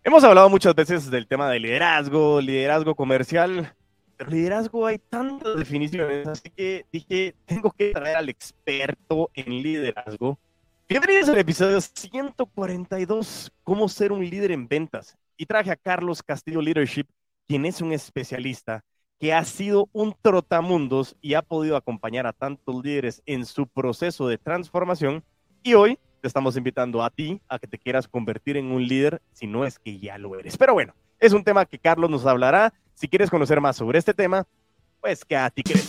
Hemos hablado muchas veces del tema de liderazgo comercial, pero liderazgo hay tantas definiciones, así que dije, tengo que traer al experto en liderazgo. Bienvenidos al episodio 142, cómo ser un líder en ventas. Y traje a Carlos Castillo Leadership, quien es un especialista que ha sido un trotamundos y ha podido acompañar a tantos líderes en su proceso de transformación. Y hoy te estamos invitando a ti a que te quieras convertir en un líder si no es que ya lo eres. Pero bueno, es un tema que Carlos nos hablará. Si quieres conocer más sobre este tema, pues que a ti crees.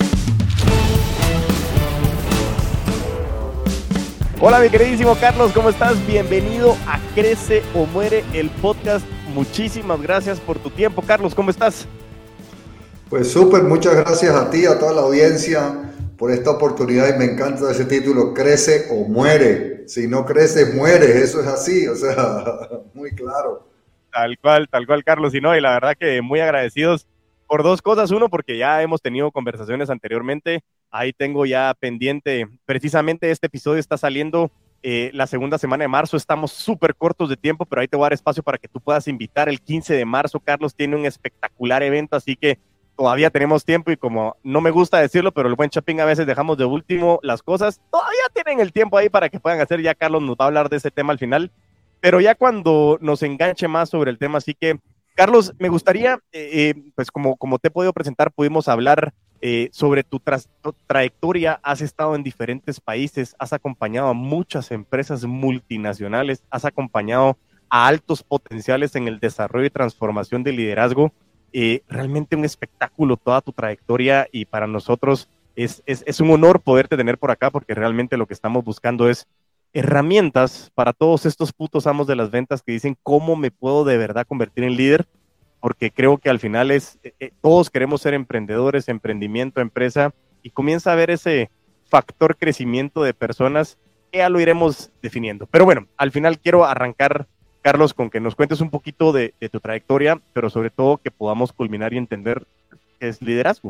Hola mi queridísimo Carlos, ¿cómo estás? Bienvenido a Crece o Muere, el podcast. Muchísimas gracias por tu tiempo, Carlos, ¿cómo estás? Pues súper, muchas gracias a ti, a toda la audiencia por esta oportunidad y me encanta ese título, Crece o Muere. Si no creces, mueres, eso es así, o sea, muy claro. Tal cual, Carlos, y no, y la verdad que muy agradecidos por dos cosas. Uno, porque ya hemos tenido conversaciones anteriormente, ahí tengo ya pendiente, precisamente este episodio está saliendo la segunda semana de marzo, estamos súper cortos de tiempo, pero ahí te voy a dar espacio para que tú puedas invitar el 15 de marzo. Carlos tiene un espectacular evento, así que todavía tenemos tiempo y como no me gusta decirlo, pero el buen shopping a veces dejamos de último las cosas, todavía tienen el tiempo ahí para que puedan hacer. Ya Carlos nos va a hablar de ese tema al final, pero ya cuando nos enganche más sobre el tema. Así que, Carlos, me gustaría, pues como te he podido presentar, pudimos hablar sobre tu trayectoria. Has estado en diferentes países, has acompañado a muchas empresas multinacionales, has acompañado a altos potenciales en el desarrollo y transformación de liderazgo. Realmente un espectáculo toda tu trayectoria, y para nosotros es un honor poderte tener por acá, porque realmente lo que estamos buscando es herramientas para todos estos putos amos de las ventas que dicen cómo me puedo de verdad convertir en líder, porque creo que al final todos queremos ser emprendedores, emprendimiento, empresa, y comienza a haber ese factor crecimiento de personas que ya lo iremos definiendo. Pero bueno, al final quiero arrancar, Carlos, con que nos cuentes un poquito de tu trayectoria, pero sobre todo que podamos culminar y entender qué es liderazgo.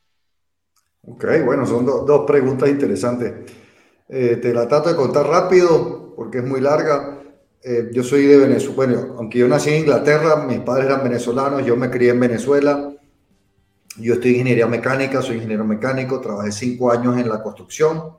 Ok, bueno, son dos preguntas interesantes. Te la trato de contar rápido porque es muy larga. Yo soy de Venezuela, bueno, aunque yo nací en Inglaterra, mis padres eran venezolanos, yo me crié en Venezuela. Yo estoy en ingeniería mecánica, soy ingeniero mecánico, trabajé 5 años en la construcción.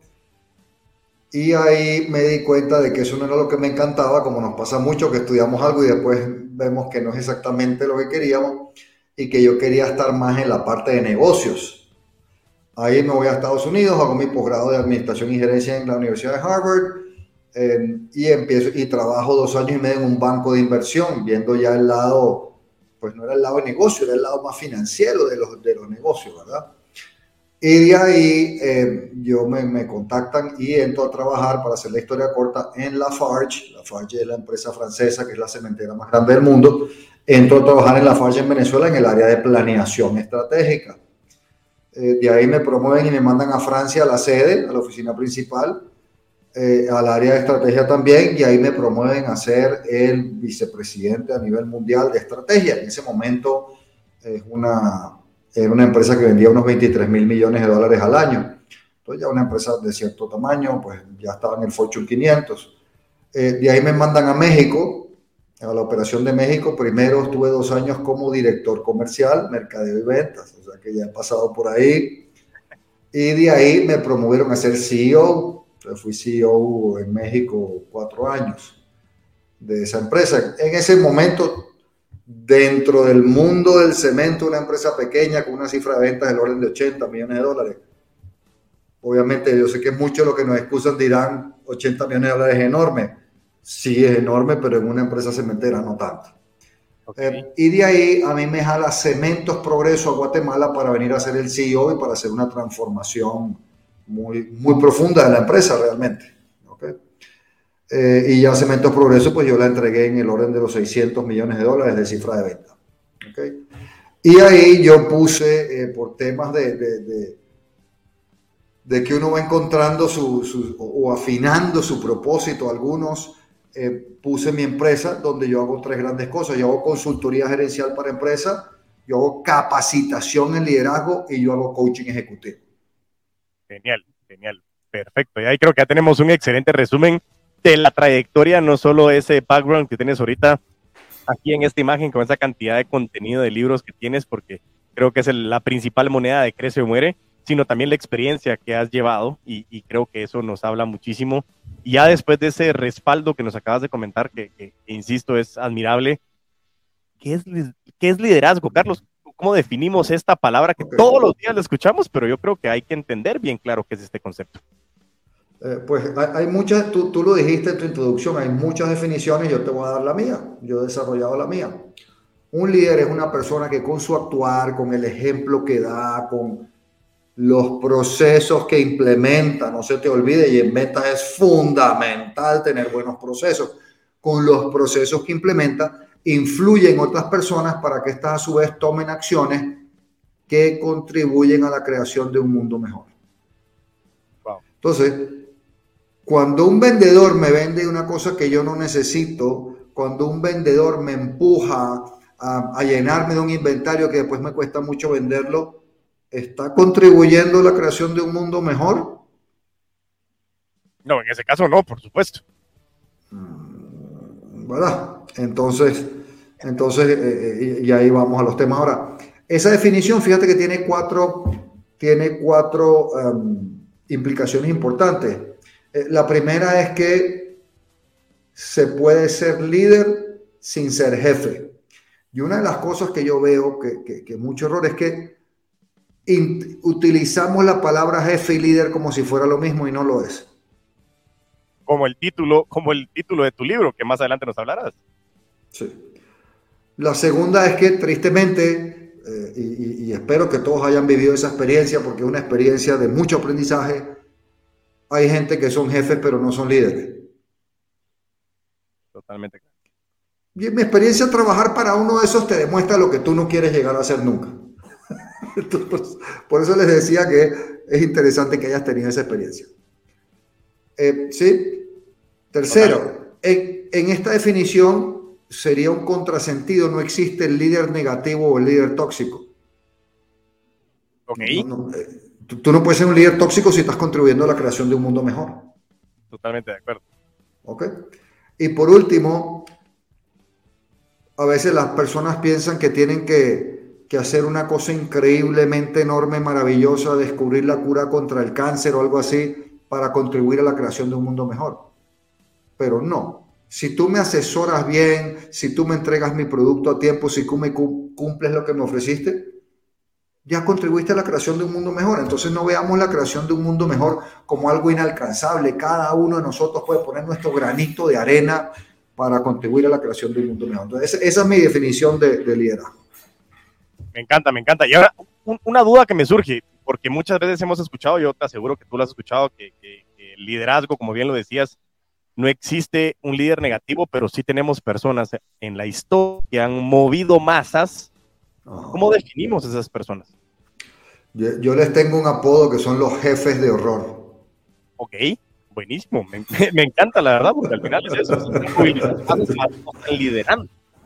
Y ahí me di cuenta de que eso no era lo que me encantaba, como nos pasa mucho, que estudiamos algo y después vemos que no es exactamente lo que queríamos y que yo quería estar más en la parte de negocios. Ahí me voy a Estados Unidos, hago mi posgrado de Administración y Gerencia en la Universidad de Harvard y empiezo y trabajo 2 años y medio en un banco de inversión, viendo ya el lado, pues no era el lado de negocio, era el lado más financiero de los negocios, ¿verdad? Y de ahí me contactan y entro a trabajar, para hacer la historia corta, en Lafarge. Lafarge es la empresa francesa que es la cementera más grande del mundo. Entro a trabajar en Lafarge en Venezuela en el área de planeación estratégica. De ahí me promueven y me mandan a Francia, a la sede, a la oficina principal, al área de estrategia también, y ahí me promueven a ser el vicepresidente a nivel mundial de estrategia. En ese momento es era una empresa que vendía unos 23 mil millones de dólares al año. Entonces ya una empresa de cierto tamaño, pues ya estaba en el Fortune 500. De ahí me mandan a México, a la operación de México. Primero estuve 2 años como director comercial, mercadeo y ventas, o sea que ya he pasado por ahí. Y de ahí me promovieron a ser CEO. Entonces fui CEO en México 4 años de esa empresa. En ese momento, dentro del mundo del cemento, una empresa pequeña con una cifra de ventas del orden de 80 millones de dólares. Obviamente, yo sé que muchos los que nos excusan dirán 80 millones de dólares es enorme. Sí, es enorme, pero en una empresa cementera no tanto. Okay. Y de ahí a mí me jala Cementos Progreso a Guatemala para venir a ser el CEO y para hacer una transformación muy, muy profunda de la empresa realmente. ¿Okay? Y ya Cementos Progreso, pues yo la entregué en el orden de los 600 millones de dólares de cifra de venta. ¿Okay? Y ahí yo puse, por temas de que uno va encontrando o afinando su propósito, algunos, puse mi empresa donde yo hago 3 grandes cosas. Yo hago consultoría gerencial para empresas, yo hago capacitación en liderazgo y yo hago coaching ejecutivo. Genial, genial, perfecto. Y ahí creo que ya tenemos un excelente resumen de la trayectoria, no solo ese background que tienes ahorita aquí en esta imagen con esa cantidad de contenido de libros que tienes, porque creo que es la principal moneda de Crece o Muere, sino también la experiencia que has llevado y creo que eso nos habla muchísimo. Y ya después de ese respaldo que nos acabas de comentar, que insisto, es admirable, ¿qué es, ¿qué es liderazgo, Carlos? ¿Cómo definimos esta palabra que Okay. todos los días la escuchamos, pero yo creo que hay que entender bien claro qué es este concepto? Pues hay muchas, tú lo dijiste en tu introducción, hay muchas definiciones, yo te voy a dar la mía, yo he desarrollado la mía. Un líder es una persona que con su actuar, con el ejemplo que da, con los procesos que implementa, no se te olvide, y en ventas es fundamental tener buenos procesos, con los procesos que implementa, influye en otras personas para que éstas a su vez tomen acciones que contribuyen a la creación de un mundo mejor. Wow. Entonces, cuando un vendedor me vende una cosa que yo no necesito, cuando un vendedor me empuja a llenarme de un inventario que después me cuesta mucho venderlo, ¿está contribuyendo a la creación de un mundo mejor? No, en ese caso no, por supuesto. ¿Verdad? Y ahí vamos a los temas. Ahora, esa definición, fíjate que tiene cuatro implicaciones importantes. La primera es que se puede ser líder sin ser jefe. Y una de las cosas que yo veo que mucho error es que utilizamos la palabra jefe y líder como si fuera lo mismo y no lo es. Como el título de tu libro, que más adelante nos hablarás. Sí. La segunda es que tristemente, y espero que todos hayan vivido esa experiencia porque es una experiencia de mucho aprendizaje, hay gente que son jefes pero no son líderes. Totalmente. Y en mi experiencia, trabajar para uno de esos te demuestra lo que tú no quieres llegar a ser nunca. Entonces, por eso les decía que es interesante que hayas tenido esa experiencia. Sí. Tercero, en esta definición sería un contrasentido, no existe el líder negativo o el líder tóxico. Ok, Tú no puedes ser un líder tóxico si estás contribuyendo a la creación de un mundo mejor. totalmente de acuerdo. ¿Ok? Y por último, a veces las personas piensan que tienen que hacer una cosa increíblemente enorme, maravillosa, descubrir la cura contra el cáncer o algo así para contribuir a la creación de un mundo mejor. Pero no. Si tú me asesoras bien, si tú me entregas mi producto a tiempo, si tú me cumples lo que me ofreciste, ya contribuiste a la creación de un mundo mejor. Entonces no veamos la creación de un mundo mejor como algo inalcanzable. Cada uno de nosotros puede poner nuestro granito de arena para contribuir a la creación de un mundo mejor. Entonces esa es mi definición de liderazgo. Me encanta, me encanta. Y ahora, una duda que me surge, porque muchas veces hemos escuchado, yo te aseguro que tú lo has escuchado, que el liderazgo, como bien lo decías, no existe un líder negativo, pero sí tenemos personas en la historia que han movido masas. ¿Cómo definimos esas personas? Yo les tengo un apodo que son los jefes de horror. Ok, buenísimo. Me encanta, la verdad, porque al final es eso. Están movilizando masas, no están liderando.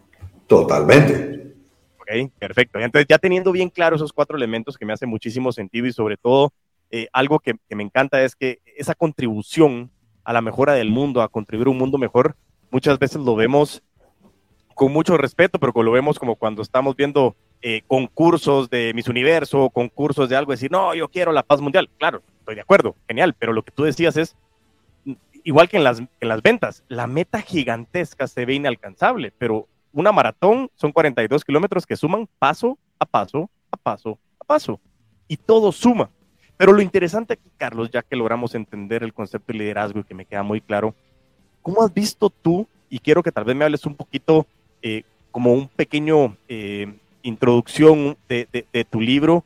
Totalmente. Ok, perfecto. Entonces, ya teniendo bien claro esos cuatro elementos que me hace muchísimo sentido y sobre todo algo que me encanta es que esa contribución a la mejora del mundo, a contribuir a un mundo mejor, muchas veces lo vemos con mucho respeto, pero lo vemos como cuando estamos viendo concursos de Miss Universo, concursos de algo, decir, no, yo quiero la paz mundial. Claro, estoy de acuerdo, genial, pero lo que tú decías es, igual que en las ventas, la meta gigantesca se ve inalcanzable, pero una maratón son 42 kilómetros que suman paso a paso, a paso, a paso. Y todo suma. Pero lo interesante aquí, Carlos, ya que logramos entender el concepto de liderazgo y que me queda muy claro, ¿cómo has visto tú? Y quiero que tal vez me hables un poquito, como un pequeño introducción de tu libro,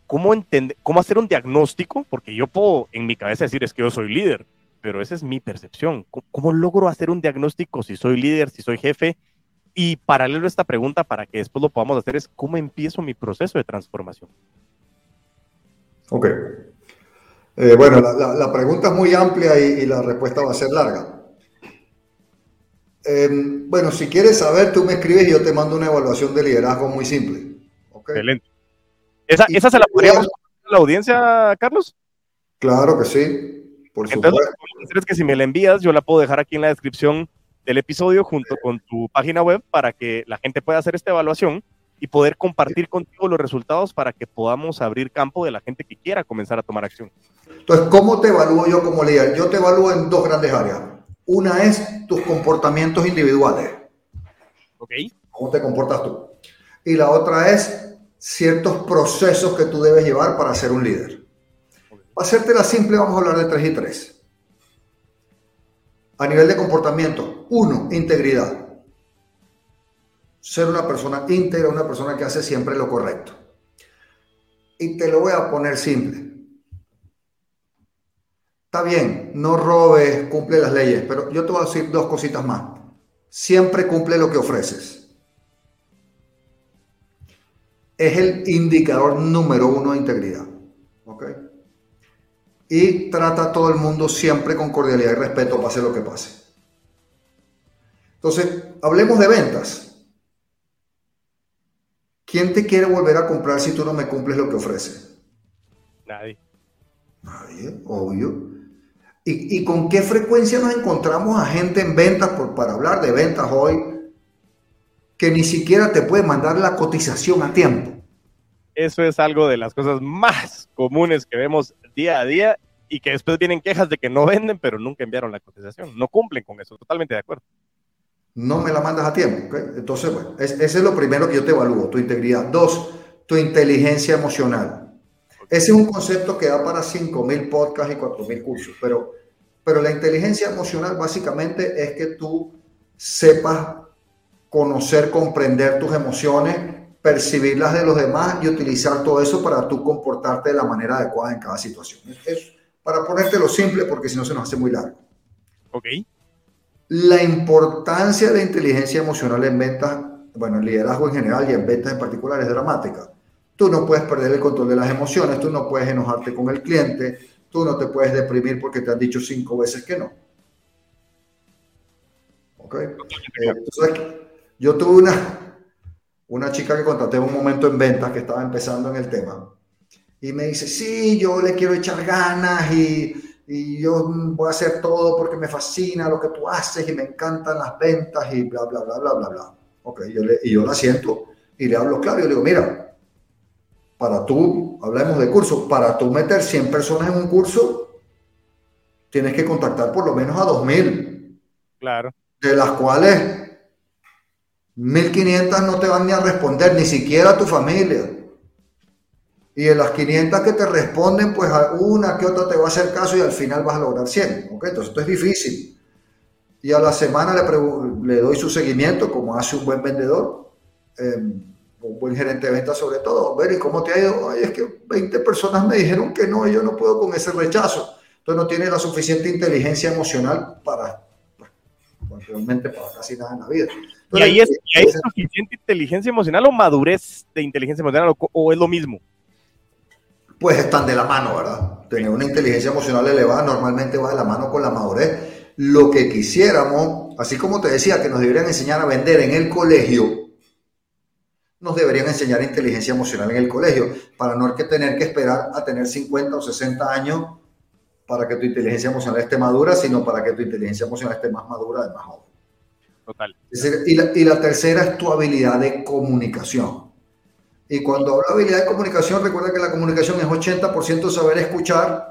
cómo hacer un diagnóstico, porque yo puedo en mi cabeza decir es que yo soy líder, pero esa es mi percepción. ¿Cómo logro hacer un diagnóstico si soy líder, si soy jefe? Y paralelo a esta pregunta, para que después lo podamos hacer, es cómo empiezo mi proceso de transformación. Ok. Bueno, la pregunta es muy amplia y la respuesta va a ser larga. Bueno, si quieres saber, tú me escribes y yo te mando una evaluación de liderazgo muy simple. ¿Ok? Excelente. Y ¿Esa se la podríamos poner a la audiencia, Carlos? claro que sí, por Porque entonces lo supuesto. que podemos hacer es que si me la envías, yo la puedo dejar aquí en la descripción del episodio junto con tu página web para que la gente pueda hacer esta evaluación y poder compartir contigo los resultados para que podamos abrir campo de la gente que quiera comenzar a tomar acción. Entonces, ¿cómo te evalúo yo como líder? Yo te evalúo en dos grandes áreas. Una es tus comportamientos individuales. ¿Ok? ¿Cómo te comportas tú? Y la otra es ciertos procesos que tú debes llevar para ser un líder. Para hacértela simple, vamos a hablar de 3 y 3. A nivel de comportamiento, 1, integridad. Ser una persona íntegra, una persona que hace siempre lo correcto. Y te lo voy a poner simple. Está bien, no robes, cumple las leyes, pero yo te voy a decir 2 cositas más. Siempre cumple lo que ofreces. Es el indicador número 1 de integridad. ¿Ok? Y trata a todo el mundo siempre con cordialidad y respeto, pase lo que pase. Entonces, hablemos de ventas. ¿Quién te quiere volver a comprar si tú no me cumples lo que ofreces? Nadie. Nadie, obvio. ¿Y con qué frecuencia nos encontramos a gente en ventas, para hablar de ventas hoy, que ni siquiera te puede mandar la cotización a tiempo? Eso es algo de las cosas más comunes que vemos día a día y que después vienen quejas de que no venden, pero nunca enviaron la cotización. No cumplen con eso, totalmente de acuerdo. No me la mandas a tiempo, ¿ok? Entonces, bueno, ese es lo primero que yo te evalúo, tu integridad. 2, tu inteligencia emocional. Ese es un concepto que da para 5.000 podcasts y 4.000 cursos, pero la inteligencia emocional básicamente es que tú sepas conocer, comprender tus emociones, percibirlas de los demás y utilizar todo eso para tú comportarte de la manera adecuada en cada situación. Es para ponértelo simple, porque si no se nos hace muy largo. Ok. La importancia de la inteligencia emocional en ventas, bueno, en liderazgo en general y en ventas en particular es dramática. Tú no puedes perder el control de las emociones, tú no puedes enojarte con el cliente, tú no te puedes deprimir porque te han dicho 5 veces que no. ¿Ok? Entonces, yo tuve una chica que contraté en un momento en ventas que estaba empezando en el tema y me dice, sí, yo le quiero echar ganas y yo voy a hacer todo porque me fascina lo que tú haces y me encantan las ventas y bla, bla, bla, bla, bla, bla. Ok, yo la siento y le hablo claro y le digo, mira, para tú, hablemos de curso, para tú meter 100 personas en un curso, tienes que contactar por lo menos a 2.000. Claro. De las cuales 1.500 no te van ni a responder, ni siquiera a tu familia. Y de las 500 que te responden, pues a una que otra te va a hacer caso y al final vas a lograr 100. ¿Ok? Entonces esto es difícil. Y a la semana le doy su seguimiento, como hace un buen vendedor, un buen gerente de ventas sobre todo. Ver, ¿y cómo te ha ido? Ay, es que 20 personas me dijeron que no, y yo no puedo con ese rechazo. Entonces no tiene la suficiente inteligencia emocional para realmente para casi nada en la vida. Entonces, ¿Y hay suficiente inteligencia emocional o madurez de inteligencia emocional o es lo mismo? Pues están de la mano, ¿verdad? Tener una inteligencia emocional elevada normalmente va de la mano con la madurez. Lo que quisiéramos, así como te decía, que nos deberían enseñar a vender en el colegio, nos deberían enseñar inteligencia emocional en el colegio, para no tener que esperar a tener 50 o 60 años para que tu inteligencia emocional esté madura, sino para que tu inteligencia emocional esté más madura de más joven. Total. Es decir, y la tercera es tu habilidad de comunicación. Y cuando hablo de habilidad de comunicación, recuerda que la comunicación es 80% saber escuchar,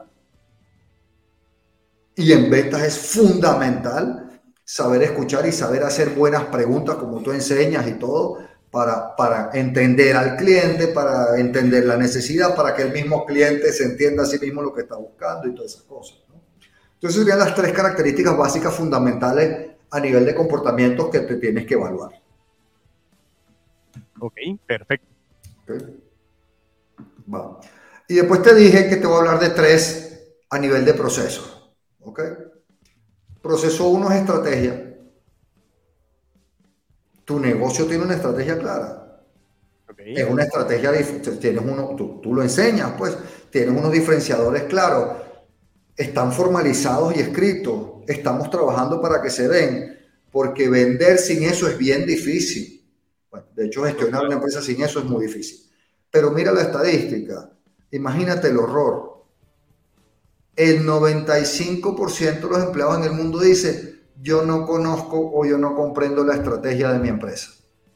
y en ventas es fundamental saber escuchar y saber hacer buenas preguntas, como tú enseñas y todo, para entender al cliente, para entender la necesidad, para que el mismo cliente se entienda a sí mismo lo que está buscando y todas esas cosas, ¿no? Entonces serían las 3 características básicas fundamentales a nivel de comportamientos que te tienes que evaluar. Ok, perfecto. Okay. Va. Y después te dije que te voy a hablar de 3 a nivel de procesos. ¿Ok? Proceso 1 es estrategia. Tu negocio tiene una estrategia clara. Okay. Es una estrategia, tienes tú lo enseñas, pues, tienes unos diferenciadores claros, están formalizados y escritos, estamos trabajando para que se den, porque vender sin eso es bien difícil. Bueno, de hecho, gestionar una empresa sin eso es muy difícil. Pero mira la estadística, imagínate el horror. El 95% de los empleados en el mundo dice, yo no conozco o yo no comprendo la estrategia de mi empresa.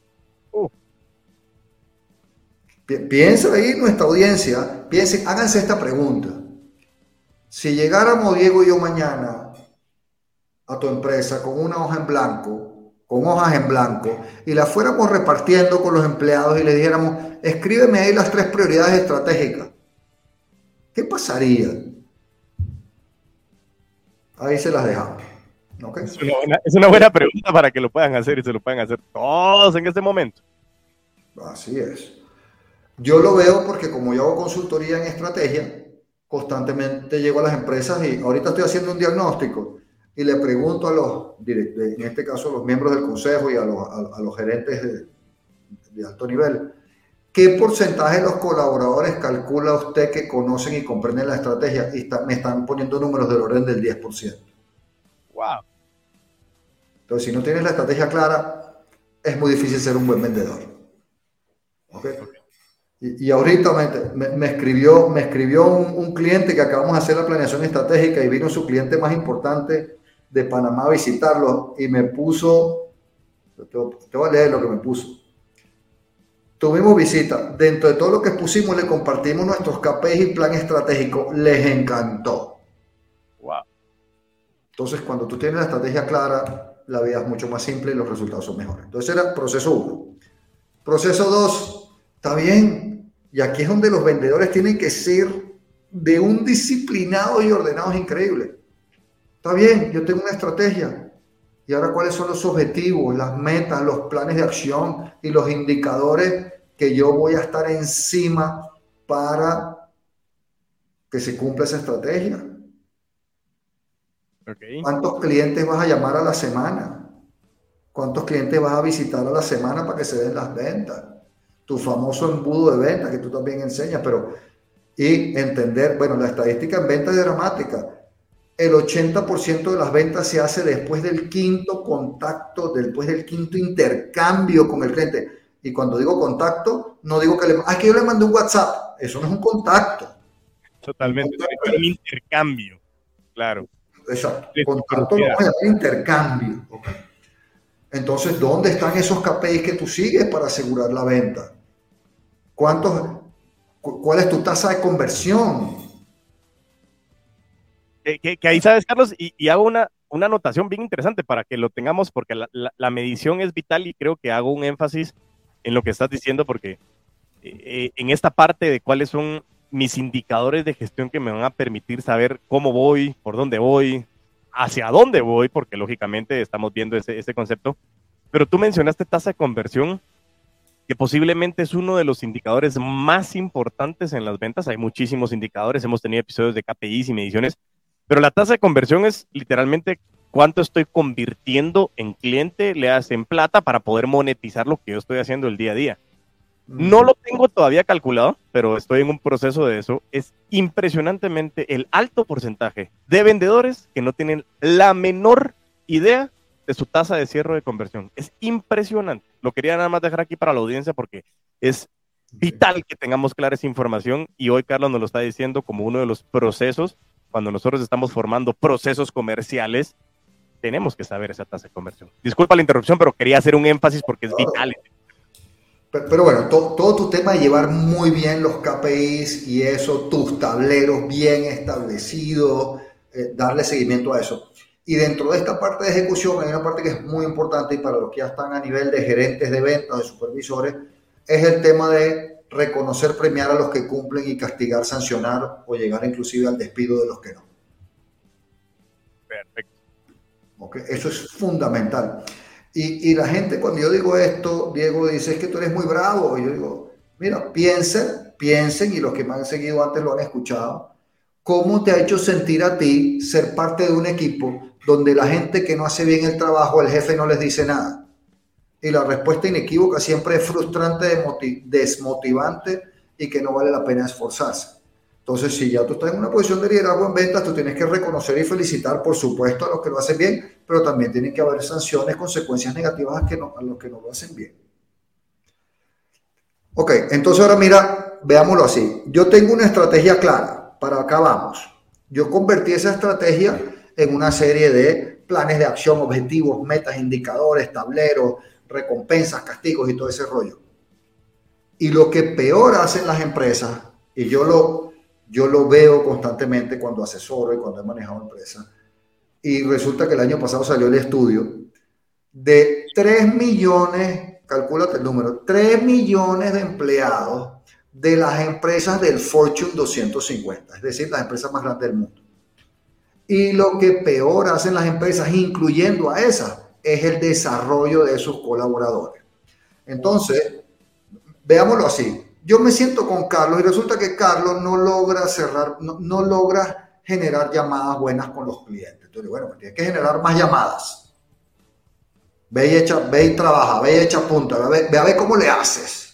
Piensa ahí nuestra audiencia, piensen, háganse esta pregunta. Si llegáramos Diego y yo mañana a tu empresa con una hoja en blanco, con hojas en blanco, y las fuéramos repartiendo con los empleados y le dijéramos, escríbeme ahí las 3 prioridades estratégicas, ¿qué pasaría? Ahí se las dejamos. ¿Okay? Es una buena pregunta para que lo puedan hacer y se lo puedan hacer todos en este momento. Así es. Yo lo veo porque como yo hago consultoría en estrategia, constantemente llego a las empresas y ahorita estoy haciendo un diagnóstico y le pregunto a los, en este caso a los miembros del consejo y a los gerentes de alto nivel, ¿qué porcentaje de los colaboradores calcula usted que conocen y comprenden la estrategia? Y me están poniendo números del orden del 10%. Wow. Entonces, si no tienes la estrategia clara, es muy difícil ser un buen vendedor. ¿Okay? Y ahorita me escribió un cliente que acabamos de hacer la planeación estratégica y vino su cliente más importante de Panamá a visitarlo y me puso, te voy a leer lo que me puso. Tuvimos visita, dentro de todo lo que pusimos le compartimos nuestros KPIs y plan estratégico, les encantó. Wow. Entonces cuando tú tienes la estrategia clara, la vida es mucho más simple y los resultados son mejores. Entonces era proceso 1. Proceso 2, está bien. Y aquí es donde los vendedores tienen que ser de un disciplinado y ordenado increíble. Está bien, yo tengo una estrategia. Y ahora, ¿cuáles son los objetivos, las metas, los planes de acción y los indicadores que yo voy a estar encima para que se cumpla esa estrategia? Okay. ¿Cuántos clientes vas a llamar a la semana? ¿Cuántos clientes vas a visitar a la semana para que se den las ventas? Tu famoso embudo de venta que tú también enseñas, y entender, bueno, la estadística en venta es dramática. El 80% de las ventas se hace después del 5.º contacto, después del 5.º intercambio con el cliente. Y cuando digo contacto, no digo que es que yo le mandé un WhatsApp. Eso no es un contacto. Totalmente, es un intercambio, claro. Exacto. Contacto lo vamos a llamar intercambio. Okay. Entonces, ¿dónde están esos KPIs que tú sigues para asegurar la venta? ¿Cuál es tu tasa de conversión? Que ahí sabes, Carlos, y hago una anotación bien interesante para que lo tengamos, porque la medición es vital y creo que hago un énfasis en lo que estás diciendo, porque en esta parte de cuáles son mis indicadores de gestión que me van a permitir saber cómo voy, por dónde voy, hacia dónde voy, porque lógicamente estamos viendo ese concepto. Pero tú mencionaste tasa de conversión, que posiblemente es uno de los indicadores más importantes en las ventas. Hay muchísimos indicadores, hemos tenido episodios de KPIs y mediciones, pero la tasa de conversión es literalmente cuánto estoy convirtiendo en cliente, le hacen plata para poder monetizar lo que yo estoy haciendo el día a día. No lo tengo todavía calculado, pero estoy en un proceso de eso. Es impresionantemente el alto porcentaje de vendedores que no tienen la menor idea de su tasa de cierre de conversión. Es impresionante. Lo quería nada más dejar aquí para la audiencia porque es vital que tengamos clara esa información y hoy Carlos nos lo está diciendo como uno de los procesos. Cuando nosotros estamos formando procesos comerciales, tenemos que saber esa tasa de conversión. Disculpa la interrupción, pero quería hacer un énfasis porque es vital. Pero bueno, todo tu tema de llevar muy bien los KPIs y eso, tus tableros bien establecidos, darle seguimiento a eso. Y dentro de esta parte de ejecución hay una parte que es muy importante y para los que ya están a nivel de gerentes de ventas, de supervisores, es el tema de reconocer, premiar a los que cumplen y castigar, sancionar o llegar inclusive al despido de los que no. Perfecto. Okay, eso es fundamental. Y la gente, cuando yo digo esto, Diego dice, es que tú eres muy bravo. Y yo digo, mira, piensen, y los que me han seguido antes lo han escuchado, ¿cómo te ha hecho sentir a ti ser parte de un equipo donde la gente que no hace bien el trabajo, el jefe no les dice nada? Y la respuesta inequívoca siempre es frustrante, desmotivante y que no vale la pena esforzarse. Entonces, si ya tú estás en una posición de liderazgo en ventas, tú tienes que reconocer y felicitar, por supuesto, a los que lo hacen bien, pero también tienen que haber sanciones, consecuencias negativas a los que no lo hacen bien. Ok, entonces ahora mira, veámoslo así. Yo tengo una estrategia clara, para acá vamos. Yo convertí esa estrategia en una serie de planes de acción, objetivos, metas, indicadores, tableros, recompensas, castigos y todo ese rollo. Y lo que peor hacen las empresas, y yo lo veo constantemente cuando asesoro y cuando he manejado empresas, y resulta que el año pasado salió el estudio de 3 millones, calcúlate el número, 3 millones de empleados de las empresas del Fortune 250, es decir, las empresas más grandes del mundo. Y lo que peor hacen las empresas, incluyendo a esas, es el desarrollo de sus colaboradores. Entonces, veámoslo así. Yo me siento con Carlos y resulta que Carlos no logra cerrar, no logra generar llamadas buenas con los clientes. Entonces, bueno, pues tienes que generar más llamadas. Ve y trabaja, ve y echa punta, ve a ver cómo le haces.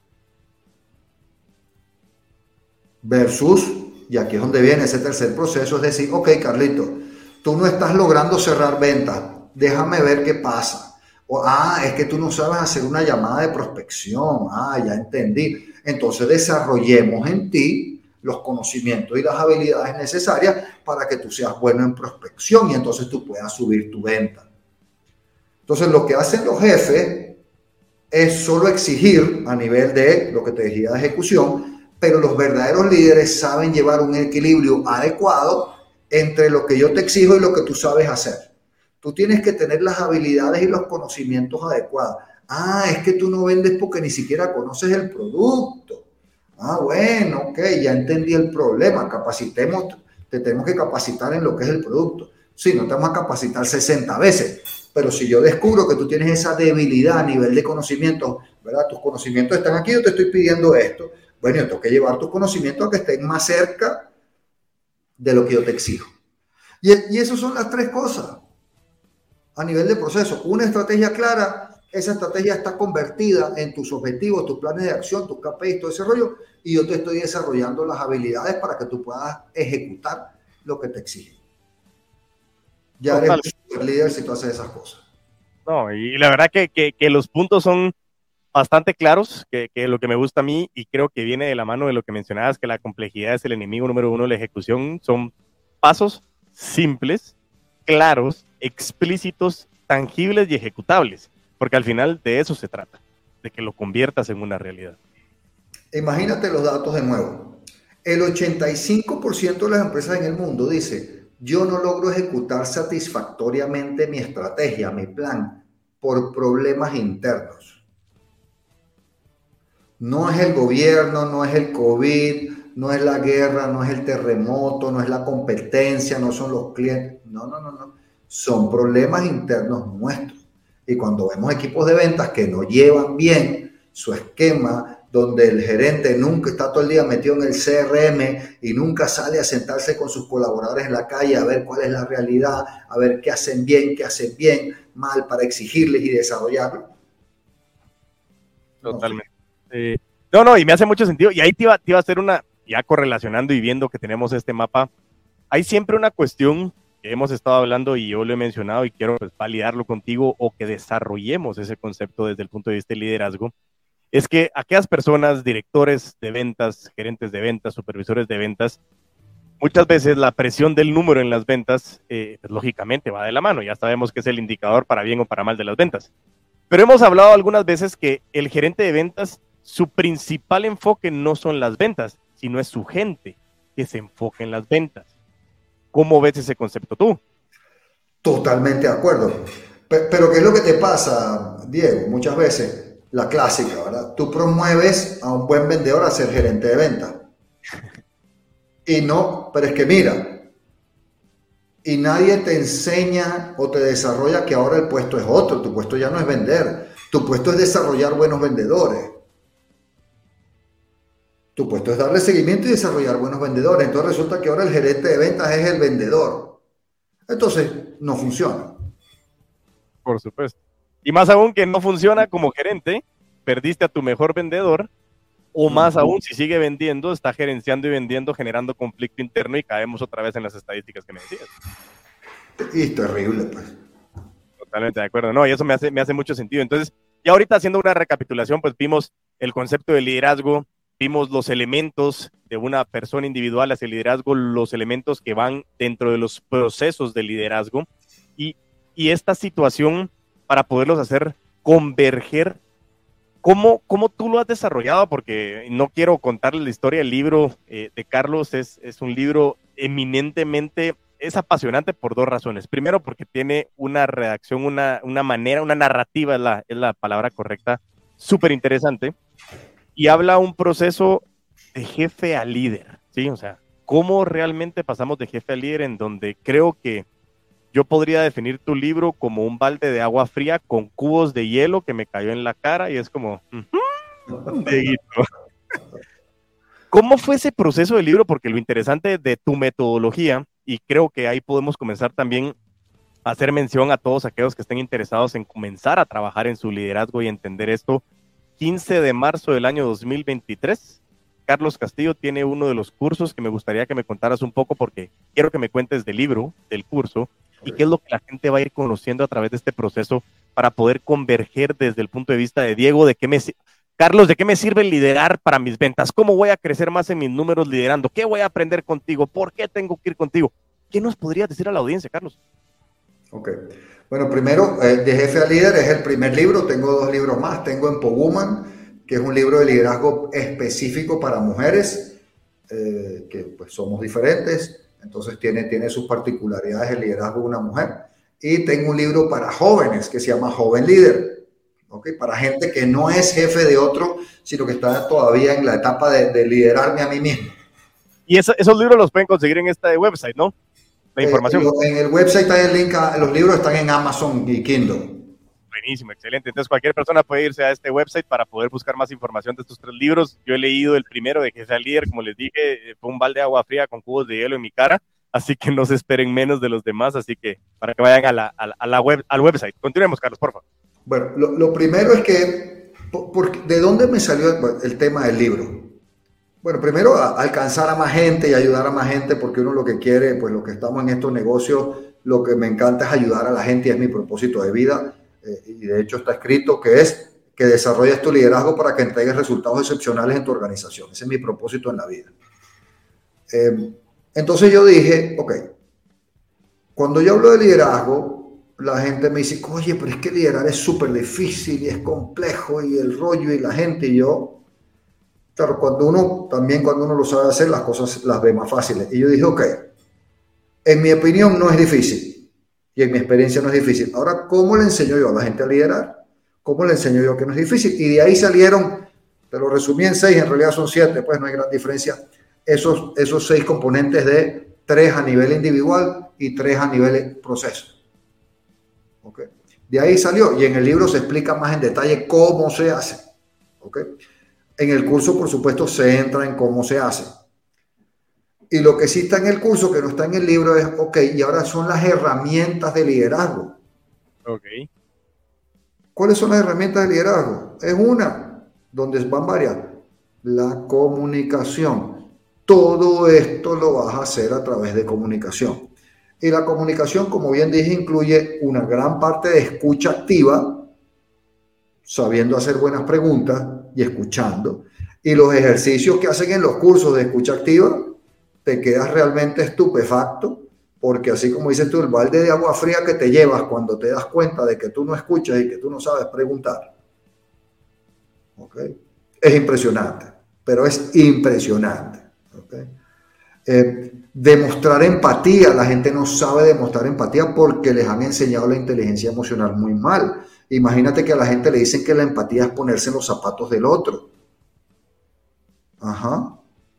Versus, y aquí es donde viene ese tercer proceso, es decir, ok, Carlito, tú no estás logrando cerrar ventas, déjame ver qué pasa. O, es que tú no sabes hacer una llamada de prospección, ya entendí. Entonces desarrollemos en ti los conocimientos y las habilidades necesarias para que tú seas bueno en prospección y entonces tú puedas subir tu venta. Entonces lo que hacen los jefes es solo exigir a nivel de lo que te decía de ejecución, pero los verdaderos líderes saben llevar un equilibrio adecuado entre lo que yo te exijo y lo que tú sabes hacer. Tú tienes que tener las habilidades y los conocimientos adecuados. Es que tú no vendes porque ni siquiera conoces el producto. Bueno, ok, ya entendí el problema. Capacitemos, te tenemos que capacitar en lo que es el producto. Sí, no te vamos a capacitar 60 veces, pero si yo descubro que tú tienes esa debilidad a nivel de conocimiento, ¿verdad? Tus conocimientos están aquí, yo te estoy pidiendo esto. Bueno, yo tengo que llevar tus conocimientos a que estén más cerca de lo que yo te exijo. Y esas son las tres cosas. A nivel de proceso, una estrategia clara, esa estrategia está convertida en tus objetivos, tus planes de acción, tus KPIs, todo ese rollo, y yo te estoy desarrollando las habilidades para que tú puedas ejecutar lo que te exige. Ya eres un super líder si tú haces esas cosas. No, y la verdad que los puntos son bastante claros, que lo que me gusta a mí, y creo que viene de la mano de lo que mencionabas, que la complejidad es el enemigo número uno de la ejecución, son pasos simples, claros, explícitos, tangibles y ejecutables, porque al final de eso se trata, de que lo conviertas en una realidad. Imagínate los datos de nuevo. El 85% de las empresas en el mundo dice, yo no logro ejecutar satisfactoriamente mi estrategia, mi plan, por problemas internos. No es el gobierno, no es el COVID, no es la guerra, no es el terremoto, no es la competencia, no son los clientes. No. Son problemas internos nuestros. Y cuando vemos equipos de ventas que no llevan bien su esquema, donde el gerente nunca está todo el día metido en el CRM y nunca sale a sentarse con sus colaboradores en la calle a ver cuál es la realidad, a ver qué hacen bien, mal para exigirles y desarrollarlo. Totalmente. No, y me hace mucho sentido. Y ahí te iba a hacer una, ya correlacionando y viendo que tenemos este mapa, hay siempre una cuestión que hemos estado hablando y yo lo he mencionado y quiero pues validarlo contigo o que desarrollemos ese concepto desde el punto de vista de liderazgo. Es que aquellas personas, directores de ventas, gerentes de ventas, supervisores de ventas, muchas veces la presión del número en las ventas, pues, lógicamente va de la mano. Ya sabemos que es el indicador para bien o para mal de las ventas. Pero hemos hablado algunas veces que el gerente de ventas, su principal enfoque no son las ventas, sino es su gente que se enfoca en las ventas. ¿Cómo ves ese concepto tú? Totalmente de acuerdo. Pero ¿qué es lo que te pasa, Diego? Muchas veces, la clásica, ¿verdad? Tú promueves a un buen vendedor a ser gerente de venta. Y no, pero es que mira, y nadie te enseña o te desarrolla que ahora el puesto es otro. Tu puesto ya no es vender. Tu puesto es desarrollar buenos vendedores. Tu puesto es darle seguimiento y desarrollar buenos vendedores. Entonces resulta que ahora el gerente de ventas es el vendedor. Entonces no funciona. Por supuesto. Y más aún que no funciona como gerente, perdiste a tu mejor vendedor, o más aún si sigue vendiendo, está gerenciando y vendiendo, generando conflicto interno y caemos otra vez en las estadísticas que me decías. Y es terrible, pues. Totalmente de acuerdo. No, y eso me hace mucho sentido. Entonces, ya ahorita haciendo una recapitulación, pues vimos el concepto de liderazgo, vimos los elementos de una persona individual hacia el liderazgo, los elementos que van dentro de los procesos de liderazgo. Y, y esta situación para poderlos hacer converger, ¿cómo tú lo has desarrollado? Porque no quiero contarle la historia del libro de Carlos, es un libro eminentemente, es apasionante por dos razones. Primero, porque tiene una redacción, una manera, una narrativa, es la palabra correcta, súper interesante, y habla un proceso de jefe a líder, ¿sí? O sea, cómo realmente pasamos de jefe a líder, en donde creo que yo podría definir tu libro como un balde de agua fría con cubos de hielo que me cayó en la cara y es como, Dieguito, ¿cómo fue ese proceso del libro? Porque lo interesante de tu metodología, y creo que ahí podemos comenzar también a hacer mención a todos aquellos que estén interesados en comenzar a trabajar en su liderazgo y entender esto. 15 de marzo del año 2023, Carlos Castillo tiene uno de los cursos que me gustaría que me contaras un poco, porque quiero que me cuentes del libro, del curso, y qué es lo que la gente va a ir conociendo a través de este proceso para poder converger desde el punto de vista de Diego, Carlos, ¿de qué me sirve liderar para mis ventas? ¿Cómo voy a crecer más en mis números liderando? ¿Qué voy a aprender contigo? ¿Por qué tengo que ir contigo? ¿Qué nos podrías decir a la audiencia, Carlos? Ok. Bueno, primero, De Jefe a Líder es el primer libro. Tengo 2 libros más. Tengo Empowoman, que es un libro de liderazgo específico para mujeres, que pues somos diferentes. Entonces tiene sus particularidades el liderazgo de una mujer. Y tengo un libro para jóvenes que se llama Joven Líder. ¿Okay? Para gente que no es jefe de otro, sino que está todavía en la etapa de liderarme a mí mismo. Y esos libros los pueden conseguir en este website, ¿no? La información. En el website está el link, los libros están en Amazon y Kindle. Buenísimo, excelente. Entonces cualquier persona puede irse a este website para poder buscar más información de estos 3 libros. Yo he leído el primero, de Jefe al Líder, como les dije, fue un balde de agua fría con cubos de hielo en mi cara, así que no se esperen menos de los demás, así que para que vayan al website. Continuemos, Carlos, por favor. Bueno, lo primero es que, ¿de dónde me salió el tema del libro? Bueno, primero alcanzar a más gente y ayudar a más gente, porque uno lo que quiere, pues lo que estamos en estos negocios, lo que me encanta es ayudar a la gente y es mi propósito de vida. Y de hecho está escrito que es que desarrolles tu liderazgo para que entregues resultados excepcionales en tu organización. Ese es mi propósito en la vida. Entonces yo dije, ok, cuando yo hablo de liderazgo, la gente me dice, oye, pero es que liderar es súper difícil y es complejo y el rollo y la gente y yo. Claro, cuando uno lo sabe hacer, las cosas las ve más fáciles. Y yo dije, ok, en mi opinión no es difícil y en mi experiencia no es difícil. Ahora, ¿cómo le enseño yo a la gente a liderar? ¿Cómo le enseño yo que no es difícil? Y de ahí salieron, te lo resumí en 6, en realidad son 7, pues no hay gran diferencia. Esos 6 componentes de 3 a nivel individual y 3 a nivel proceso. ¿Okay? De ahí salió y en el libro se explica más en detalle cómo se hace. ¿Okay? En el curso, por supuesto, se entra en cómo se hace. Y lo que sí está en el curso, que no está en el libro, es, ok, y ahora son las herramientas de liderazgo. Ok. ¿Cuáles son las herramientas de liderazgo? Es una, donde van varias. La comunicación. Todo esto lo vas a hacer a través de comunicación. Y la comunicación, como bien dije, incluye una gran parte de escucha activa, sabiendo hacer buenas preguntas y escuchando. Y los ejercicios que hacen en los cursos de escucha activa, te quedas realmente estupefacto, porque así como dices tú, el balde de agua fría que te llevas cuando te das cuenta de que tú no escuchas y que tú no sabes preguntar. ¿Okay? Es impresionante, pero es impresionante. ¿Okay? Demostrar empatía, la gente no sabe demostrar empatía porque les han enseñado la inteligencia emocional muy mal. Imagínate que a la gente le dicen que la empatía es ponerse en los zapatos del otro. Ajá.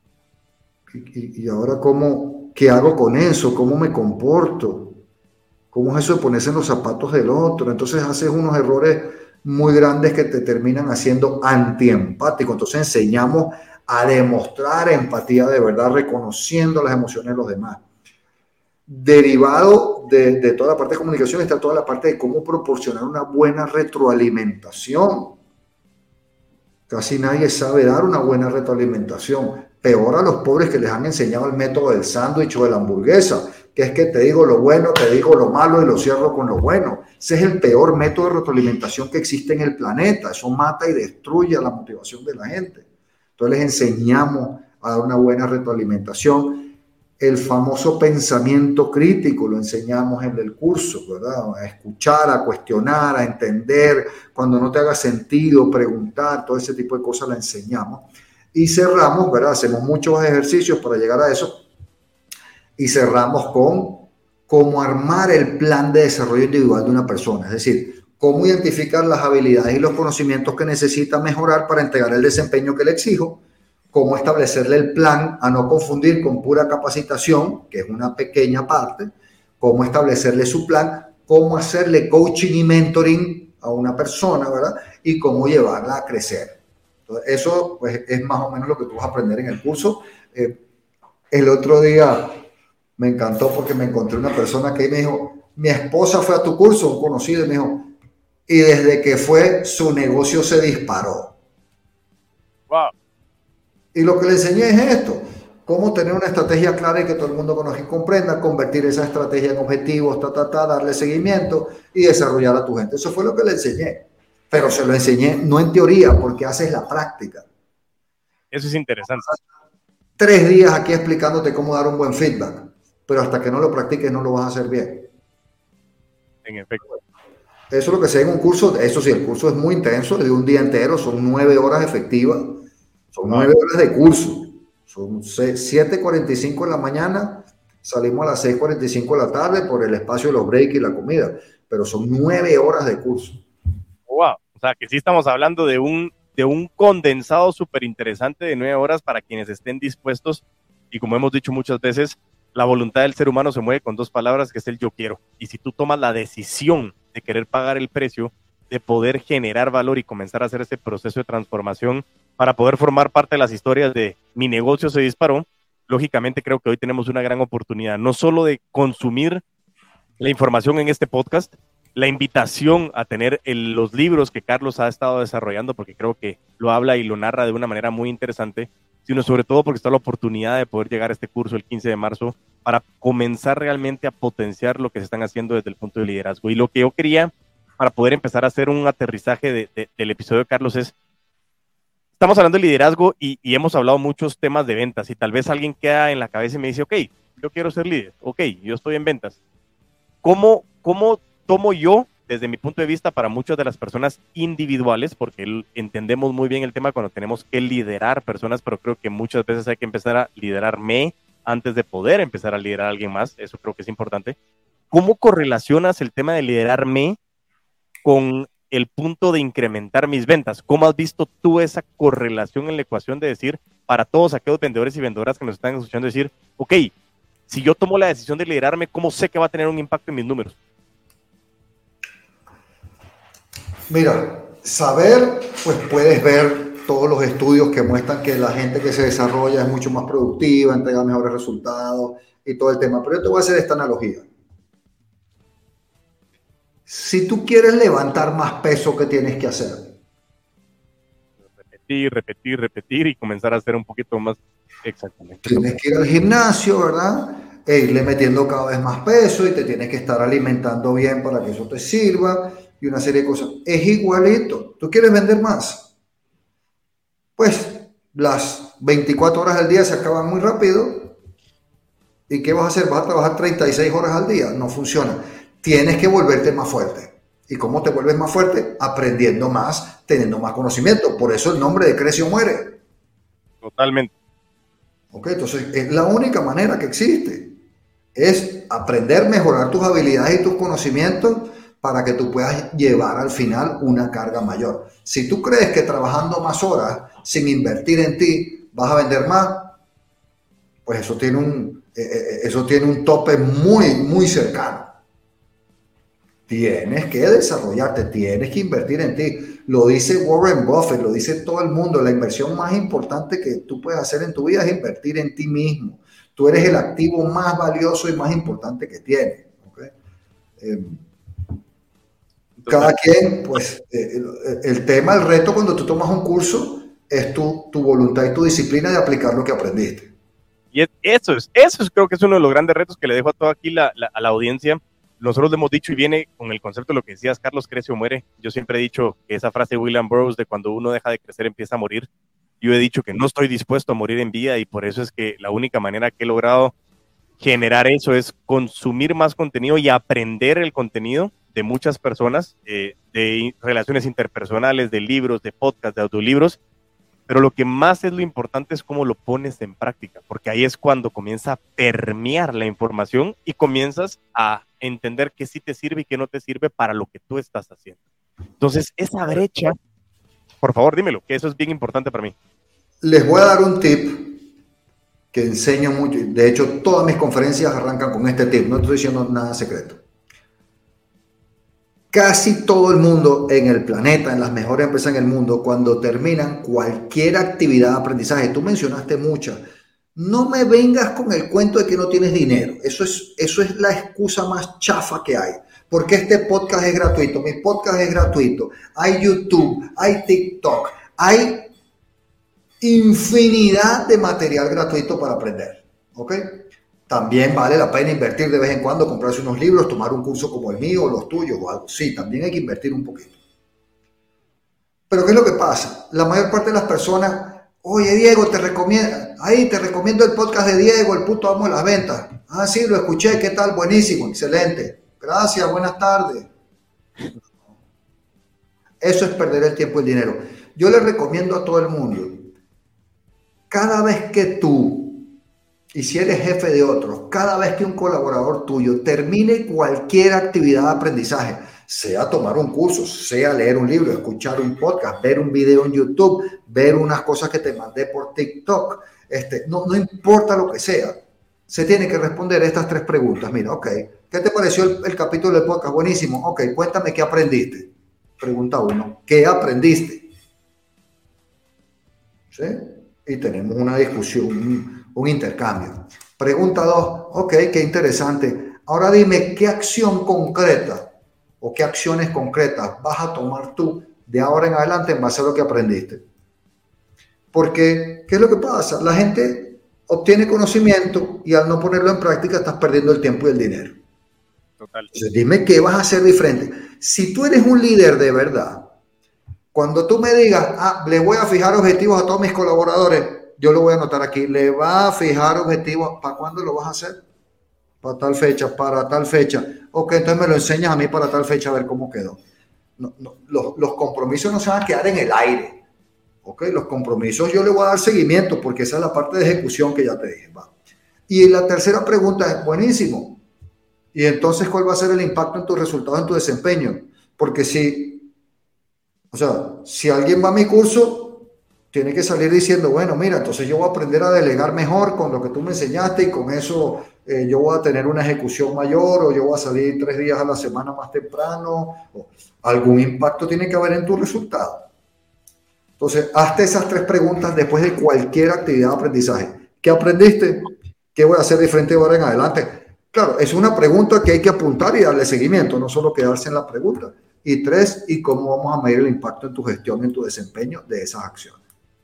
Y ahora, ¿qué hago con eso? ¿Cómo me comporto? ¿Cómo es eso de ponerse en los zapatos del otro? Entonces haces unos errores muy grandes que te terminan haciendo antiempático. Entonces enseñamos a demostrar empatía de verdad, reconociendo las emociones de los demás. Derivado de toda la parte de comunicación está toda la parte de cómo proporcionar una buena retroalimentación. Casi nadie sabe dar una buena retroalimentación. Peor a los pobres que les han enseñado el método del sándwich o de la hamburguesa, que es que te digo lo bueno, te digo lo malo y lo cierro con lo bueno. Ese es el peor método de retroalimentación que existe en el planeta. Eso mata y destruye la motivación de la gente. Entonces les enseñamos a dar una buena retroalimentación el famoso pensamiento crítico, lo enseñamos en el curso, ¿verdad? A escuchar, a cuestionar, a entender, cuando no te haga sentido, preguntar, todo ese tipo de cosas la enseñamos. Y cerramos, ¿verdad? Hacemos muchos ejercicios para llegar a eso y cerramos con cómo armar el plan de desarrollo individual de una persona, es decir, cómo identificar las habilidades y los conocimientos que necesita mejorar para entregar el desempeño que le exijo, cómo establecerle el plan, a no confundir con pura capacitación, que es una pequeña parte, cómo establecerle su plan, cómo hacerle coaching y mentoring a una persona, ¿verdad? Y cómo llevarla a crecer. Entonces, eso pues, es más o menos lo que tú vas a aprender en el curso. El otro día me encantó porque me encontré una persona que me dijo, mi esposa fue a tu curso, un conocido, y me dijo, y desde que fue, su negocio se disparó. Wow. Y lo que le enseñé es esto, cómo tener una estrategia clara y que todo el mundo conozca y comprenda, convertir esa estrategia en objetivos, darle seguimiento y desarrollar a tu gente. Eso fue lo que le enseñé, pero se lo enseñé no en teoría, porque haces la práctica. Eso es interesante. 3 días aquí explicándote cómo dar un buen feedback, pero hasta que no lo practiques no lo vas a hacer bien. En efecto. Eso es lo que se ve en un curso. Eso sí, el curso es muy intenso, de un día entero, son 9 horas efectivas, son 9 horas de curso. Son 7:45 de la mañana, salimos a las 6:45 de la tarde por el espacio de los breaks y la comida, pero son 9 horas de curso. Wow, o sea que sí estamos hablando de un condensado súper interesante de 9 horas para quienes estén dispuestos, y como hemos dicho muchas veces, la voluntad del ser humano se mueve con 2 palabras, que es el yo quiero, y si tú tomas la decisión de querer pagar el precio, de poder generar valor y comenzar a hacer ese proceso de transformación para poder formar parte de las historias de mi negocio se disparó, lógicamente creo que hoy tenemos una gran oportunidad, no solo de consumir la información en este podcast, la invitación a tener los libros que Carlos ha estado desarrollando, porque creo que lo habla y lo narra de una manera muy interesante, sino sobre todo porque está la oportunidad de poder llegar a este curso el 15 de marzo para comenzar realmente a potenciar lo que se están haciendo desde el punto de liderazgo. Y lo que yo quería, para poder empezar a hacer un aterrizaje del episodio de Carlos es, estamos hablando de liderazgo y hemos hablado muchos temas de ventas, y tal vez alguien queda en la cabeza y me dice, ok, yo quiero ser líder, ok, yo estoy en ventas. ¿Cómo tomo yo, desde mi punto de vista, para muchas de las personas individuales, porque entendemos muy bien el tema cuando tenemos que liderar personas, pero creo que muchas veces hay que empezar a liderarme antes de poder empezar a liderar a alguien más, eso creo que es importante. ¿Cómo correlacionas el tema de liderarme con el punto de incrementar mis ventas? ¿Cómo has visto tú esa correlación en la ecuación de decir, para todos aquellos vendedores y vendedoras que nos están escuchando, decir, ok, si yo tomo la decisión de liderarme, ¿cómo sé que va a tener un impacto en mis números? Mira, saber, pues puedes ver todos los estudios que muestran que la gente que se desarrolla es mucho más productiva, entrega mejores resultados y todo el tema. Pero yo te voy a hacer esta analogía. Si tú quieres levantar más peso, ¿qué tienes que hacer? Repetir y comenzar a hacer un poquito más exactamente. Tienes que ir al gimnasio, ¿verdad? E irle metiendo cada vez más peso y te tienes que estar alimentando bien para que eso te sirva y una serie de cosas. Es igualito. ¿Tú quieres vender más? Pues las 24 horas del día se acaban muy rápido. ¿Y qué vas a hacer? ¿Vas a trabajar 36 horas al día? No funciona. Tienes que volverte más fuerte. ¿Y cómo te vuelves más fuerte? Aprendiendo más, teniendo más conocimiento. Por eso el nombre de Crece o Muere. Totalmente. Ok, entonces es la única manera que existe. Es aprender, mejorar tus habilidades y tus conocimientos para que tú puedas llevar al final una carga mayor. Si tú crees que trabajando más horas sin invertir en ti vas a vender más, pues eso tiene un tope muy, muy cercano. Tienes que desarrollarte, tienes que invertir en ti. Lo dice Warren Buffett, lo dice todo el mundo. La inversión más importante que tú puedes hacer en tu vida es invertir en ti mismo. Tú eres el activo más valioso y más importante que tienes. ¿Okay? Cada quien, pues, el tema, el reto cuando tú tomas un curso es tu voluntad y tu disciplina de aplicar lo que aprendiste. Y eso es creo que es uno de los grandes retos que le dejo a toda aquí a la audiencia. Nosotros le hemos dicho y viene con el concepto de lo que decías, Carlos, crece o muere. Yo siempre he dicho que esa frase de William Burroughs de cuando uno deja de crecer empieza a morir. Yo he dicho que no estoy dispuesto a morir en vida y por eso es que la única manera que he logrado generar eso, es consumir más contenido y aprender el contenido de muchas personas, de relaciones interpersonales, de libros, de podcasts, de audiolibros, pero lo que más es lo importante es cómo lo pones en práctica, porque ahí es cuando comienza a permear la información y comienzas a entender qué sí te sirve y qué no te sirve para lo que tú estás haciendo. Entonces, esa brecha, por favor, dímelo, que eso es bien importante para mí. Les voy a dar un tip que enseño mucho. De hecho, todas mis conferencias arrancan con este tip. No estoy diciendo nada secreto. Casi todo el mundo en el planeta, en las mejores empresas en el mundo, cuando terminan cualquier actividad de aprendizaje, tú mencionaste muchas, no me vengas con el cuento de que no tienes dinero. Eso es la excusa más chafa que hay. Porque este podcast es gratuito, mi podcast es gratuito. Hay YouTube, hay TikTok, hay infinidad de material gratuito para aprender. ¿Ok? También vale la pena invertir de vez en cuando, comprarse unos libros, tomar un curso como el mío o los tuyos o algo. Sí, también hay que invertir un poquito. Pero ¿qué es lo que pasa? La mayor parte de las personas, oye Diego, te recomiendo el podcast de Diego, el puto amo de las ventas. Ah, sí, lo escuché, ¿qué tal? Buenísimo, excelente. Gracias, buenas tardes. Eso es perder el tiempo y el dinero. Yo le recomiendo a todo el mundo, cada vez que tú, y si eres jefe de otros, cada vez que un colaborador tuyo termine cualquier actividad de aprendizaje, sea tomar un curso, sea leer un libro, escuchar un podcast, ver un video en YouTube, ver unas cosas que te mandé por TikTok, no importa lo que sea, se tiene que responder estas 3 preguntas. Mira, ok, ¿qué te pareció el capítulo del podcast? Buenísimo. Ok, cuéntame qué aprendiste. Pregunta 1, ¿qué aprendiste? ¿Sí? Y tenemos una discusión, un intercambio. Pregunta 2, ok, qué interesante. Ahora dime, ¿qué acción concreta o qué acciones concretas vas a tomar tú de ahora en adelante en base a lo que aprendiste? Porque, ¿qué es lo que pasa? La gente obtiene conocimiento y al no ponerlo en práctica estás perdiendo el tiempo y el dinero. Total. Entonces, dime qué vas a hacer diferente. Si tú eres un líder de verdad, cuando tú me digas, le voy a fijar objetivos a todos mis colaboradores, yo lo voy a anotar aquí, le va a fijar objetivos, ¿para cuándo lo vas a hacer? Para tal fecha, para tal fecha. Ok, entonces me lo enseñas a mí para tal fecha a ver cómo quedó. Los compromisos no se van a quedar en el aire. Ok, los compromisos yo le voy a dar seguimiento porque esa es la parte de ejecución que ya te dije. Va. Y la tercera pregunta es, buenísimo. Y entonces, ¿cuál va a ser el impacto en tus resultados, en tu desempeño? Porque si alguien va a mi curso, tiene que salir diciendo, bueno, mira, entonces yo voy a aprender a delegar mejor con lo que tú me enseñaste y con eso yo voy a tener una ejecución mayor o yo voy a salir 3 días a la semana más temprano. Algún impacto tiene que haber en tu resultado. Entonces, hazte esas 3 preguntas después de cualquier actividad de aprendizaje. ¿Qué aprendiste? ¿Qué voy a hacer diferente de ahora en adelante? Claro, es una pregunta que hay que apuntar y darle seguimiento, no solo quedarse en la pregunta. Y 3, ¿y cómo vamos a medir el impacto en tu gestión, en tu desempeño de esas acciones?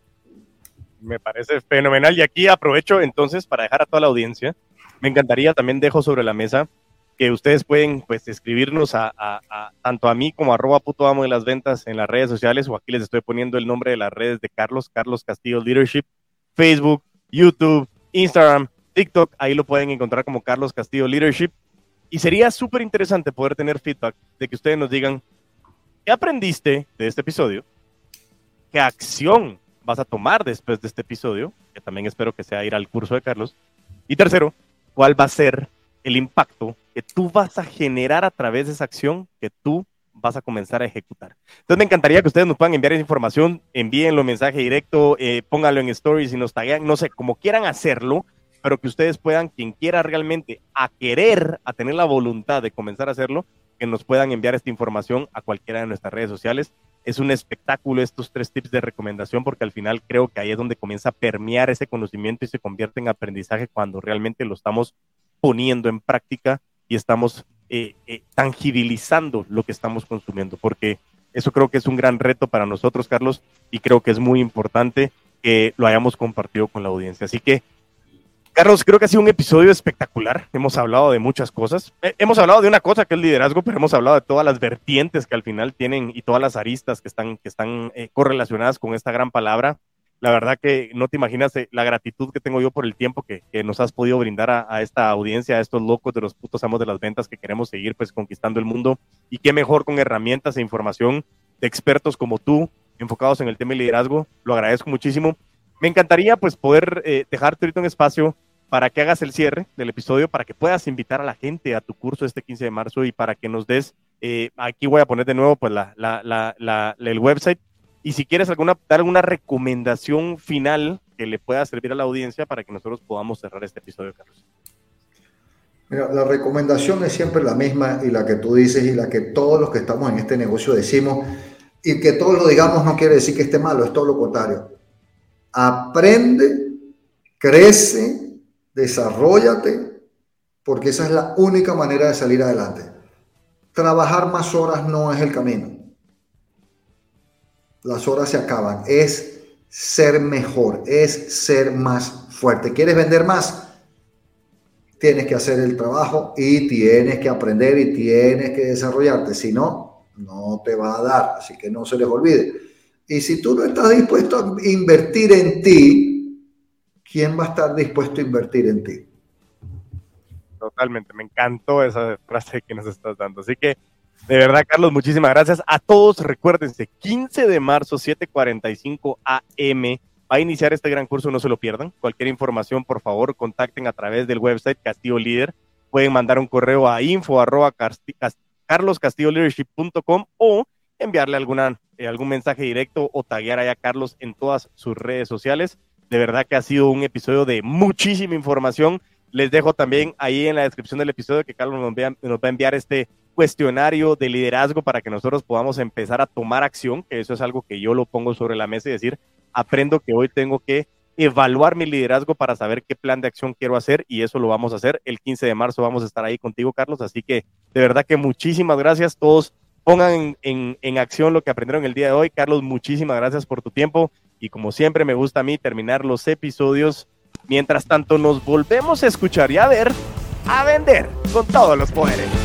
Me parece fenomenal. Y aquí aprovecho entonces para dejar a toda la audiencia. Me encantaría, también dejo sobre la mesa que ustedes pueden pues escribirnos tanto a mí como @ puto amo de las ventas en las redes sociales, o aquí les estoy poniendo el nombre de las redes de Carlos Castillo Leadership, Facebook, YouTube, Instagram, TikTok, ahí lo pueden encontrar como Carlos Castillo Leadership. Y sería súper interesante poder tener feedback de que ustedes nos digan qué aprendiste de este episodio, qué acción vas a tomar después de este episodio, que también espero que sea ir al curso de Carlos. Y tercero, cuál va a ser el impacto que tú vas a generar a través de esa acción que tú vas a comenzar a ejecutar. Entonces me encantaría que ustedes nos puedan enviar esa información, envíenlo en mensaje directo, pónganlo en stories y nos taguean, no sé, como quieran hacerlo, pero que ustedes puedan, quien quiera realmente a tener la voluntad de comenzar a hacerlo, que nos puedan enviar esta información a cualquiera de nuestras redes sociales. Es un espectáculo estos 3 tips de recomendación, porque al final creo que ahí es donde comienza a permear ese conocimiento y se convierte en aprendizaje cuando realmente lo estamos poniendo en práctica y estamos tangibilizando lo que estamos consumiendo, porque eso creo que es un gran reto para nosotros, Carlos, y creo que es muy importante que lo hayamos compartido con la audiencia. Así que, Carlos, creo que ha sido un episodio espectacular. Hemos hablado de muchas cosas. Hemos hablado de una cosa que es liderazgo, pero hemos hablado de todas las vertientes que al final tienen y todas las aristas que están correlacionadas con esta gran palabra. La verdad que no te imaginas la gratitud que tengo yo por el tiempo que nos has podido brindar a esta audiencia, a estos locos de los putos amos de las ventas que queremos seguir pues conquistando el mundo. Y qué mejor con herramientas e información de expertos como tú, enfocados en el tema de liderazgo. Lo agradezco muchísimo. Me encantaría pues poder dejarte ahorita un espacio para que hagas el cierre del episodio, para que puedas invitar a la gente a tu curso este 15 de marzo y para que nos des, aquí voy a poner de nuevo pues el website. Y si quieres dar alguna recomendación final que le pueda servir a la audiencia para que nosotros podamos cerrar este episodio, Carlos. Mira, la recomendación es siempre la misma y la que tú dices y la que todos los que estamos en este negocio decimos, y que todos lo digamos no quiere decir que esté malo, es todo lo contrario. Aprende, crece, desarróllate, porque esa es la única manera de salir adelante. Trabajar más horas no es el camino. Las horas se acaban, es ser mejor, es ser más fuerte. ¿Quieres vender más? Tienes que hacer el trabajo y tienes que aprender y tienes que desarrollarte. Si no, no te va a dar, así que no se les olvide. Y si tú no estás dispuesto a invertir en ti, ¿quién va a estar dispuesto a invertir en ti? Totalmente, me encantó esa frase que nos estás dando. Así que, de verdad, Carlos, muchísimas gracias. A todos, recuérdense, 15 de marzo, 7:45 a.m., va a iniciar este gran curso, no se lo pierdan. Cualquier información, por favor, contacten a través del website Castillo Líder. Pueden mandar un correo a info@carloscastilloleadership.com o enviarle algún mensaje directo o taguear allá a Carlos en todas sus redes sociales. De verdad que ha sido un episodio de muchísima información. Les dejo también ahí en la descripción del episodio que Carlos nos va a enviar este cuestionario de liderazgo para que nosotros podamos empezar a tomar acción, que eso es algo que yo lo pongo sobre la mesa y decir, aprendo que hoy tengo que evaluar mi liderazgo para saber qué plan de acción quiero hacer, y eso lo vamos a hacer. El 15 de marzo vamos a estar ahí contigo, Carlos, así que de verdad que muchísimas gracias. Todos pongan en acción lo que aprendieron el día de hoy. Carlos, muchísimas gracias por tu tiempo, y como siempre me gusta a mí terminar los episodios. Mientras tanto, nos volvemos a escuchar y a ver, a vender con todos los poderes.